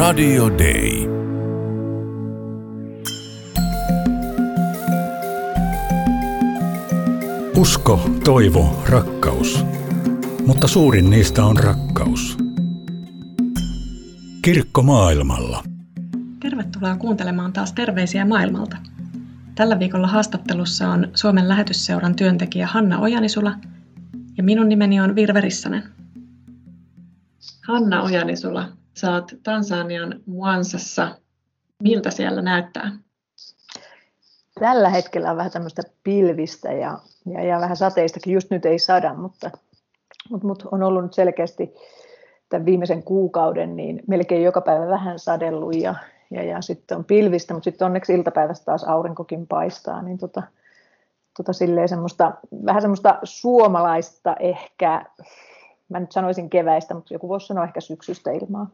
Radio Day. Usko, toivo, rakkaus. Mutta suurin niistä on rakkaus. Kirkko maailmalla. Tervetuloa kuuntelemaan taas terveisiä maailmalta. Tällä viikolla haastattelussa on Suomen Lähetysseuran työntekijä Hanna Ojanisula ja minun nimeni on Virve Rissanen. Hanna Ojanisula, sä oot Tansanian Mwanzassa. Miltä siellä näyttää? Tällä hetkellä on vähän tämmöistä pilvistä ja vähän sateistakin. Just nyt ei sada, mutta on ollut nyt selkeästi tämän viimeisen kuukauden niin melkein joka päivä vähän sadellut ja sitten on pilvistä, mutta sitten onneksi iltapäivästä taas aurinkokin paistaa. Niin silleen vähän semmoista suomalaista ehkä, mä nyt sanoisin keväistä, mutta joku voisi sanoa ehkä syksystä ilmaa.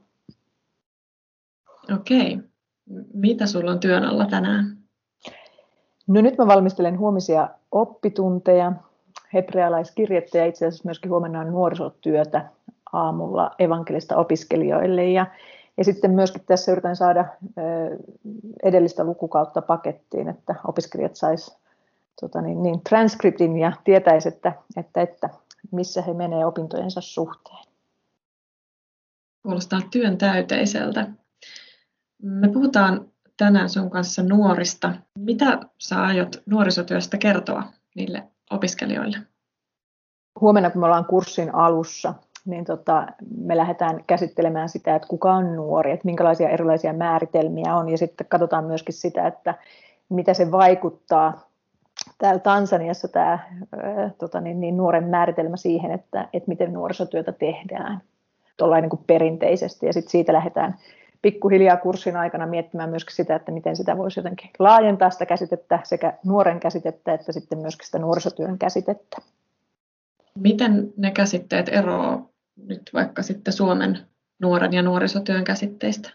Okei. Mitä sulla on työn alla tänään? No nyt mä valmistelen huomisia oppitunteja, hebrealaiskirjettä ja itse asiassa myöskin huomenna on nuorisotyötä aamulla evankelista opiskelijoille. Ja sitten myöskin tässä yritän saada edellistä lukukautta pakettiin, että opiskelijat sais transkriptin ja tietäisi, että missä he menee opintojensa suhteen. Kuulostaa työn täyteiseltä. Me puhutaan tänään sun kanssa nuorista. Mitä sä aiot nuorisotyöstä kertoa niille opiskelijoille? Huomenna, kun me ollaan kurssin alussa, niin me lähdetään käsittelemään sitä, että kuka on nuori, että minkälaisia erilaisia määritelmiä on. Ja sitten katsotaan myöskin sitä, että mitä se vaikuttaa täällä Tansaniassa tämä nuoren määritelmä siihen, että miten nuorisotyötä tehdään tuollainen niin kuin perinteisesti. Ja sitten siitä lähdetään pikkuhiljaa kurssin aikana miettimään myöskin sitä, että miten sitä voisi jotenkin laajentaa sitä käsitettä, sekä nuoren käsitettä että sitten myöskin sitä nuorisotyön käsitettä. Miten ne käsitteet eroavat nyt vaikka sitten Suomen nuoren ja nuorisotyön käsitteistä?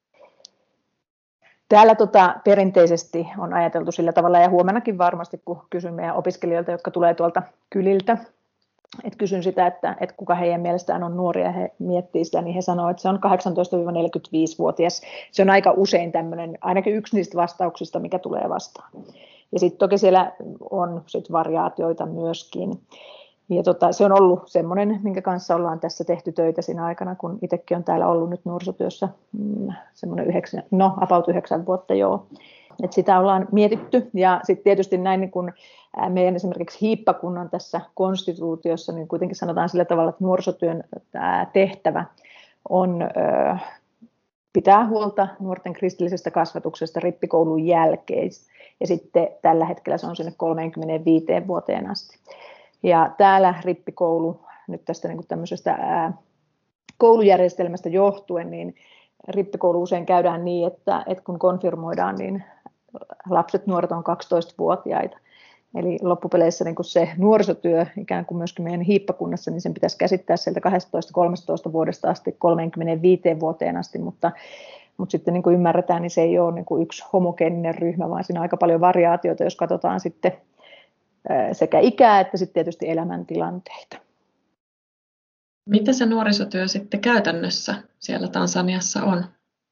Täällä perinteisesti on ajateltu sillä tavalla, ja huomennakin varmasti, kun kysyn meidän opiskelijoilta, jotka tulee tuolta kyliltä, että kysyn sitä, että kuka heidän mielestään on nuoria, ja he miettii sitä, niin he sanoo, että se on 18-45-vuotias. Se on aika usein tämmöinen, ainakin yksi niistä vastauksista, mikä tulee vastaan. Ja sitten toki siellä on variaatioita myöskin. Ja se on ollut semmoinen, minkä kanssa ollaan tässä tehty töitä siinä aikana, kun itsekin on täällä ollut nyt nuorisotyössä semmoinen about 9 vuotta joo. Et sitä ollaan mietitty ja sitten tietysti näin niin kun meidän esimerkiksi hiippakunnan tässä konstituutiossa, niin kuitenkin sanotaan sillä tavalla, että nuorisotyön tehtävä on pitää huolta nuorten kristillisestä kasvatuksesta rippikoulun jälkeen ja sitten tällä hetkellä se on sinne 35 vuoteen asti. Ja täällä rippikoulu, nyt tästä niin kuin tämmöisestä koulujärjestelmästä johtuen, niin rippikoulu usein käydään niin, että kun konfirmoidaan, niin lapset, nuoret on 12-vuotiaita. Eli loppupeleissä niin kuin se nuorisotyö ikään kuin myöskin meidän hiippakunnassa, niin sen pitäisi käsittää sieltä 12-13 vuodesta asti 35 vuoteen asti, mutta sitten niin kuin ymmärretään, niin se ei ole niin kuin yksi homogeeninen ryhmä, vaan siinä on aika paljon variaatioita, jos katsotaan sitten sekä ikää että sitten tietysti elämäntilanteita. Mitä se nuorisotyö sitten käytännössä siellä Tansaniassa on?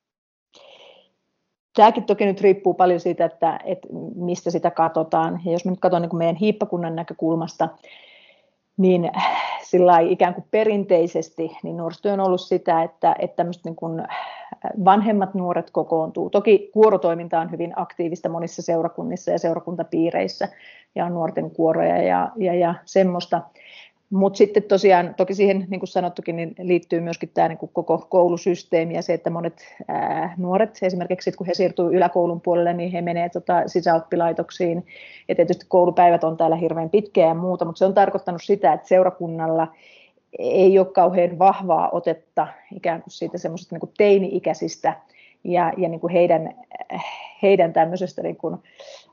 Tämäkin toki nyt riippuu paljon siitä, että mistä sitä katsotaan. Ja jos me nyt katson niin kuin meidän hiippakunnan näkökulmasta, niin sillä ikään kuin perinteisesti niin nuorisotyö on ollut sitä, että tämmöiset niin kuin vanhemmat nuoret kokoontuu. Toki kuorotoiminta on hyvin aktiivista monissa seurakunnissa ja seurakuntapiireissä ja on nuorten kuoroja ja semmoista. Mutta sitten tosiaan, toki siihen niin kuin sanottukin, niin liittyy myöskin tämä niin kuin koko koulusysteemi ja se, että monet nuoret esimerkiksi sit, kun he siirtyvät yläkoulun puolelle, niin he menevät sisäoppilaitoksiin. Ja tietysti koulupäivät on täällä hirveän pitkiä ja muuta, mutta se on tarkoittanut sitä, että seurakunnalla ei ole kauhean vahvaa otetta ikään kuin siitä semmoisesta niin kuin teini-ikäisistä ja niin kuin heidän tämmöisestä niin kuin,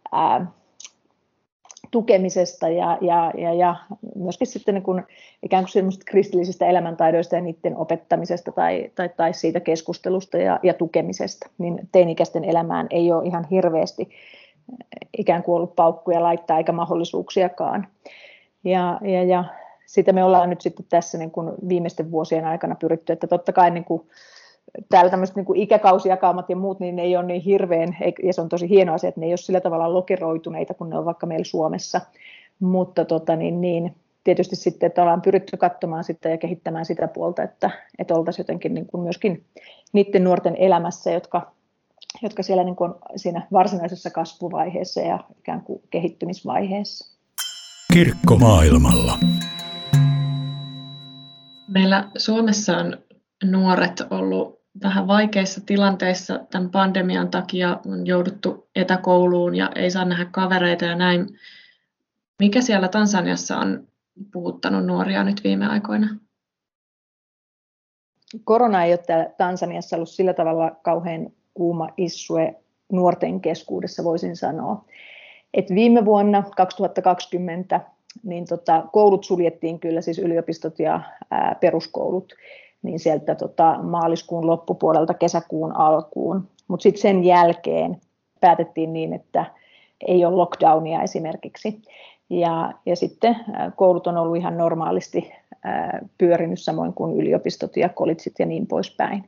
tukemisesta ja myöskin sitten niin kuin ikään kuin semmoisista kristillisistä elämäntaidoista ja niiden opettamisesta tai siitä keskustelusta ja tukemisesta, niin teini-ikäisten elämään ei ole ihan hirveästi ikään kuin ollut paukkuja laittaa eikä mahdollisuuksiakaan. Ja sitä me ollaan nyt sitten tässä niin kuin viimeisten vuosien aikana pyritty, että totta kai niin kuin täällä tämmöiset niin kuin ikäkausijakaumat ja muut, niin ne ei ole niin hirveän, ja se on tosi hieno asia, että ne ei ole sillä tavalla lokeroituneita, kun ne on vaikka meillä Suomessa. Mutta tietysti sitten, että ollaan pyritty katsomaan sitä ja kehittämään sitä puolta, että oltaisiin jotenkin niin kuin myöskin niiden nuorten elämässä, jotka siellä niin kuin siinä varsinaisessa kasvuvaiheessa ja ikään kuin kehittymisvaiheessa. Kirkko maailmalla. Meillä Suomessa on nuoret ollut vähän vaikeissa tilanteissa tämän pandemian takia, on jouduttu etäkouluun ja ei saa nähdä kavereita ja näin. Mikä siellä Tansaniassa on puhuttanut nuoria nyt viime aikoina? Korona ei ole täällä Tansaniassa ollut sillä tavalla kauhean kuuma issue nuorten keskuudessa, voisin sanoa. Et viime vuonna 2020 niin koulut suljettiin kyllä, siis yliopistot ja peruskoulut, niin sieltä maaliskuun loppupuolelta kesäkuun alkuun. Mutta sitten sen jälkeen päätettiin niin, että ei ole lockdownia esimerkiksi. Ja sitten koulut on ollut ihan normaalisti pyörinyt samoin kuin yliopistot ja collegeit ja niin poispäin.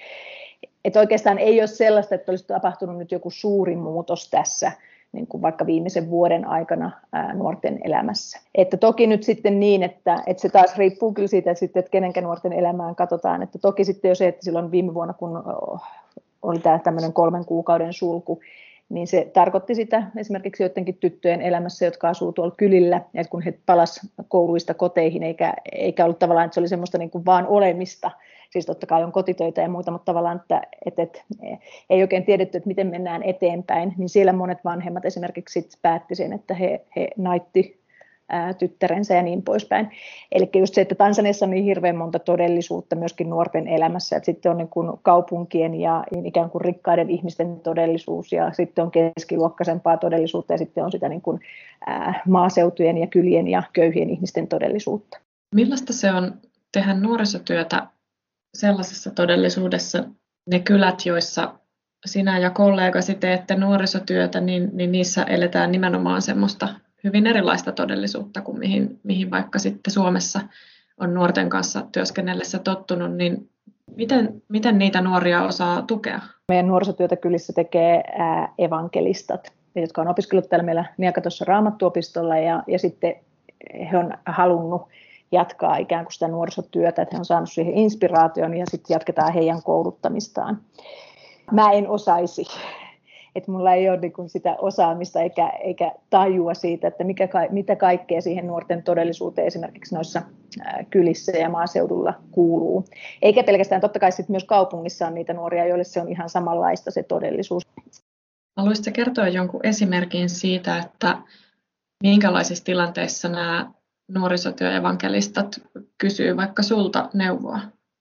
Et oikeastaan ei ole sellaista, että olisi tapahtunut nyt joku suuri muutos tässä, niin kuin vaikka viimeisen vuoden aikana nuorten elämässä. Että toki nyt sitten niin, että se taas riippuu kyllä siitä, että kenenkä nuorten elämään katsotaan. Että toki sitten jo se, että silloin viime vuonna, kun oli tämä tämmöinen 3 kuukauden sulku, niin se tarkoitti sitä esimerkiksi joidenkin tyttöjen elämässä, jotka asuu tuolla kylillä, ja kun he palasivat kouluista koteihin, eikä ollut tavallaan, että se oli semmoista niin kuin vaan olemista. Siis totta kai on kotitöitä ja muuta, mutta tavallaan, että ei oikein tiedetty, että miten mennään eteenpäin, niin siellä monet vanhemmat esimerkiksi sit päätti sen, että he naitti tyttärensä ja niin poispäin. Eli just se, että Tansaniassa on niin hirveän monta todellisuutta myöskin nuorten elämässä, että sitten on niin kuin kaupunkien ja ikään kuin rikkaiden ihmisten todellisuus ja sitten on keskiluokkaisempaa todellisuutta ja sitten on sitä niin kuin maaseutujen ja kylien ja köyhien ihmisten todellisuutta. Millaista se on tehdä nuorisotyötä sellaisessa todellisuudessa, ne kylät, joissa sinä ja kollegasi teette nuorisotyötä, niin niissä eletään nimenomaan semmoista hyvin erilaista todellisuutta kuin mihin vaikka sitten Suomessa on nuorten kanssa työskennellessä tottunut, niin miten niitä nuoria osaa tukea? Meidän nuorisotyötä kylissä tekee evankelistat, jotka on opiskellut täällä meillä Niakatossa Raamattuopistolla ja sitten he on halunnut jatkaa ikään kuin sitä nuorisotyötä, että he on saanut siihen inspiraation ja sitten jatketaan heidän kouluttamistaan. Mä en osaisi, että mulla ei ole niin sitä osaamista eikä tajua siitä, että mitä kaikkea siihen nuorten todellisuuteen esimerkiksi noissa kylissä ja maaseudulla kuuluu. Eikä pelkästään, totta kai sitten myös kaupungissa on niitä nuoria, joille se on ihan samanlaista se todellisuus. Haluaisitko kertoa jonkun esimerkin siitä, että minkälaisissa tilanteissa nämä nuorisotyöevankelistat kysyy vaikka sulta neuvoa?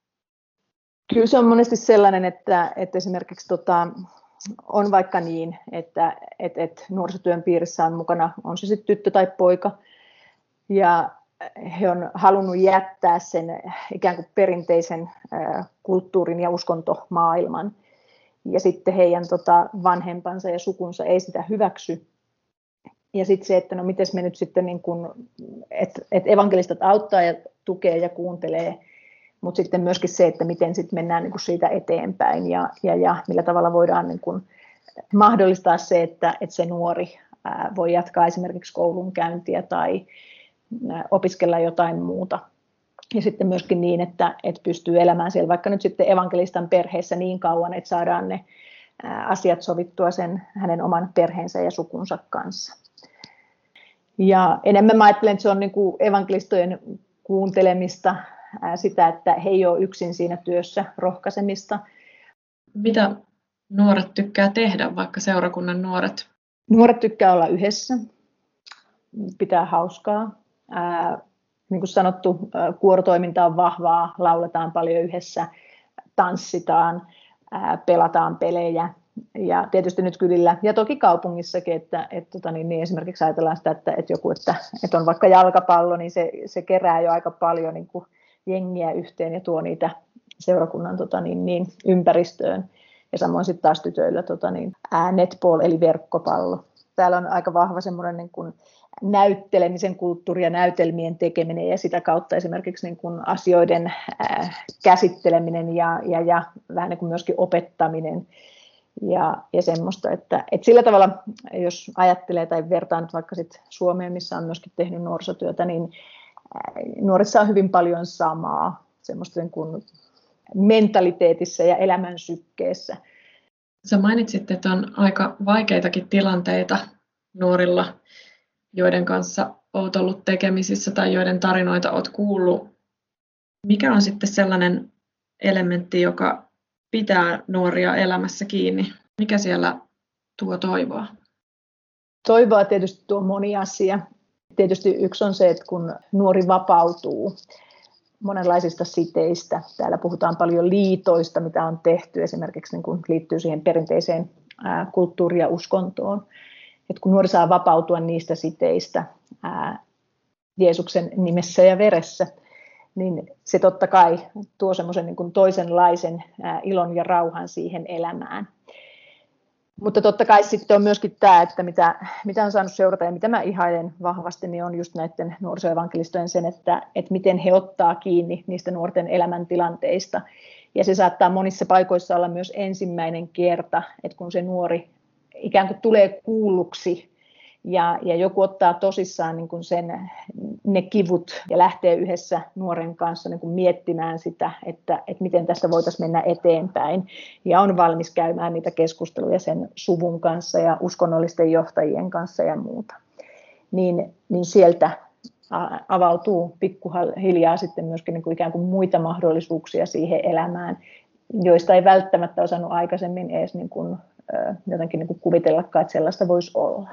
Kyllä se on monesti sellainen, että esimerkiksi on vaikka niin, että nuorisotyön piirissä on mukana, on se sitten tyttö tai poika, ja he on halunnut jättää sen ikään kuin perinteisen kulttuurin ja uskontomaailman, ja sitten heidän vanhempansa ja sukunsa ei sitä hyväksy. Ja sitten se, että no miten me nyt sitten, niin kun, että evankelistat auttaa ja tukee ja kuuntelee, mutta sitten myöskin se, että miten sitten mennään niin kun siitä eteenpäin ja millä tavalla voidaan niin kun mahdollistaa se, että se nuori voi jatkaa esimerkiksi koulunkäyntiä tai opiskella jotain muuta. Ja sitten myöskin niin, että pystyy elämään siellä vaikka nyt sitten evankelistan perheessä niin kauan, että saadaan ne asiat sovittua sen hänen oman perheensä ja sukunsa kanssa. Ja enemmän mä ajattelen, että se on niin kuin evankelistojen kuuntelemista, sitä, että he ei ole yksin siinä työssä, rohkaisemista. Mitä nuoret tykkää tehdä, vaikka seurakunnan nuoret? Nuoret tykkää olla yhdessä, pitää hauskaa. Niin kuin sanottu, kuorotoiminta on vahvaa, lauletaan paljon yhdessä, tanssitaan, pelataan pelejä. Ja tietysti nyt kylillä ja toki kaupungissakin, että esimerkiksi ajatellaan sitä, että on vaikka jalkapallo, niin se kerää jo aika paljon niin kuin jengiä yhteen ja tuo niitä seurakunnan ympäristöön. Ja samoin sitten taas tytöillä netball eli verkkopallo. Täällä on aika vahva semmoinen niin kuin näyttelemisen kulttuuri ja näytelmien tekeminen ja sitä kautta esimerkiksi niin kuin asioiden käsitteleminen ja vähän niin kuin myöskin opettaminen ja semmoista, että sillä tavalla, jos ajattelee tai vertaa nyt vaikka sit Suomeen, missä on myöskin tehnyt nuorisotyötä, niin nuorissa on hyvin paljon samaa semmoista niin kuin mentaliteetissa ja elämän sykkeessä. Sä mainitsit, että on aika vaikeitakin tilanteita nuorilla, joiden kanssa olet ollut tekemisissä tai joiden tarinoita olet kuullut. Mikä on sitten sellainen elementti, joka pitää nuoria elämässä kiinni? Mikä siellä tuo toivoa? Toivoa tietysti tuo moni asia. Tietysti yksi on se, että kun nuori vapautuu monenlaisista siteistä. Täällä puhutaan paljon liitoista, mitä on tehty esimerkiksi niin kun liittyy siihen perinteiseen kulttuuriin ja uskontoon. Et kun nuori saa vapautua niistä siteistä Jeesuksen nimessä ja veressä, niin se totta kai tuo semmoisen niin kuin toisenlaisen ilon ja rauhan siihen elämään. Mutta totta kai sitten on myöskin tämä, että mitä on saanut seurata ja mitä mä ihailen vahvasti, niin on just näiden nuorisoevankelistojen sen, että miten he ottaa kiinni niistä nuorten elämäntilanteista. Ja se saattaa monissa paikoissa olla myös ensimmäinen kerta, että kun se nuori ikään kuin tulee kuulluksi ja joku ottaa tosissaan niin kuin ne kivut ja lähtee yhdessä nuoren kanssa niin kuin miettimään sitä, että miten tästä voitaisiin mennä eteenpäin. Ja on valmis käymään niitä keskusteluja sen suvun kanssa ja uskonnollisten johtajien kanssa ja muuta. Niin sieltä avautuu pikkuhiljaa sitten myöskin niin kuin ikään kuin muita mahdollisuuksia siihen elämään, joista ei välttämättä osannut aikaisemmin edes niin kuin, jotenkin niin kuin kuvitellakaan, että sellaista voisi olla.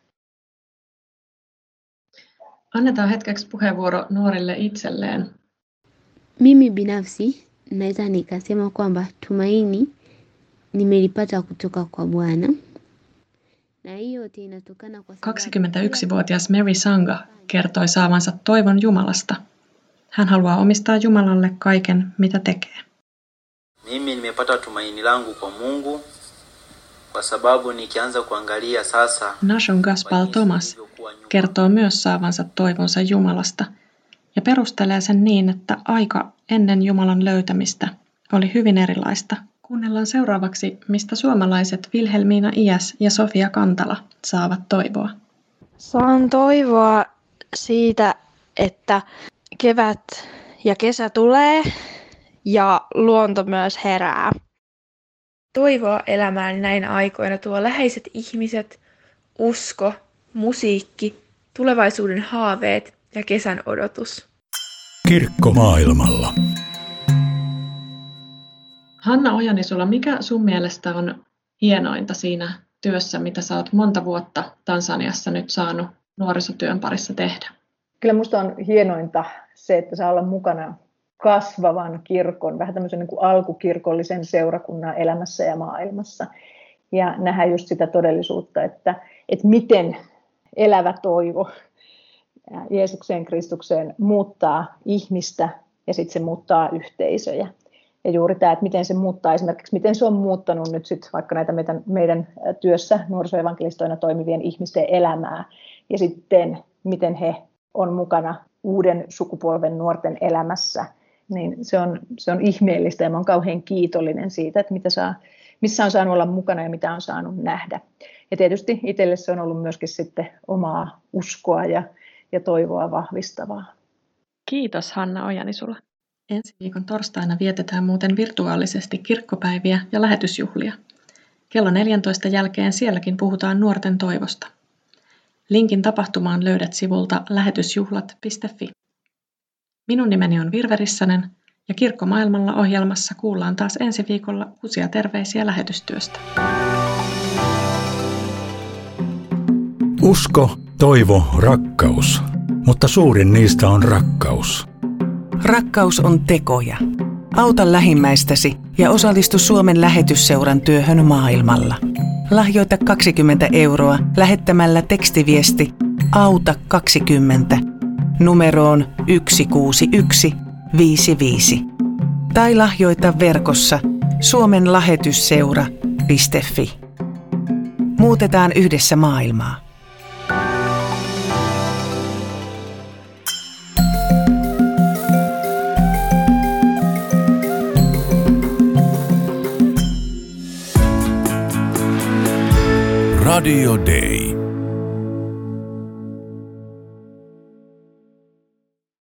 Annetaan hetkeksi puheenvuoro nuorille itselleen. Mimi binafsi naweza nikasema kwamba tumaini nimelipata kutoka kwa Bwana. Na hiyo yote inatokana kwa sababu 21-vuotias Mary Sanga kertoi saavansa toivon Jumalasta. Hän haluaa omistaa Jumalalle kaiken, mitä tekee. Mimi nimepata tumaini langu kwa Mungu kwa sababu nikianza kuangalia sasa. Nashon Gaspar Thomas kertoo myös saavansa toivonsa Jumalasta ja perustelee sen niin, että aika ennen Jumalan löytämistä oli hyvin erilaista. Kuunnellaan seuraavaksi, mistä suomalaiset Vilhelmiina Iäs ja Sofia Kantala saavat toivoa. Saan toivoa siitä, että kevät ja kesä tulee ja luonto myös herää. Toivoa elämään näin aikoina tuo läheiset ihmiset, usko, musiikki, tulevaisuuden haaveet ja kesän odotus. Kirkko maailmalla. Hanna Ojanisula, mikä sun mielestä on hienointa siinä työssä, mitä sä oot monta vuotta Tansaniassa nyt saanut nuorisotyön parissa tehdä? Kyllä musta on hienointa se, että saa olla mukana kasvavan kirkon, vähän tämmöisen niin kuin alkukirkollisen seurakunnan elämässä ja maailmassa. Ja nähdä just sitä todellisuutta, että miten elävä toivo Jeesukseen, Kristukseen muuttaa ihmistä ja sitten se muuttaa yhteisöjä. Ja juuri tämä, että miten se muuttaa esimerkiksi, miten se on muuttanut nyt sitten vaikka näitä meidän työssä nuorisoevankelistoina toimivien ihmisten elämää. Ja sitten miten he on mukana uuden sukupolven nuorten elämässä. Niin se on ihmeellistä ja mä oon kauhean kiitollinen siitä, että missä on saanut olla mukana ja mitä on saanut nähdä. Ja tietysti itselle se on ollut myöskin sitten omaa uskoa ja toivoa vahvistavaa. Kiitos Hanna Ojanisula. Ensi viikon torstaina vietetään muuten virtuaalisesti kirkkopäiviä ja lähetysjuhlia. Kello 14 jälkeen sielläkin puhutaan nuorten toivosta. Linkin tapahtumaan löydät sivulta lähetysjuhlat.fi. Minun nimeni on Virve Rissanen ja Kirkko maailmalla -ohjelmassa kuullaan taas ensi viikolla uusia terveisiä lähetystyöstä. Usko, toivo, rakkaus. Mutta suurin niistä on rakkaus. Rakkaus on tekoja. Auta lähimmäistäsi ja osallistu Suomen lähetysseuran työhön maailmalla. Lahjoita 20 € lähettämällä tekstiviesti Auta 20 numeroon 16155 tai lahjoita verkossa suomenlähetysseura.fi. Muutetaan yhdessä maailmaa. Radio Day.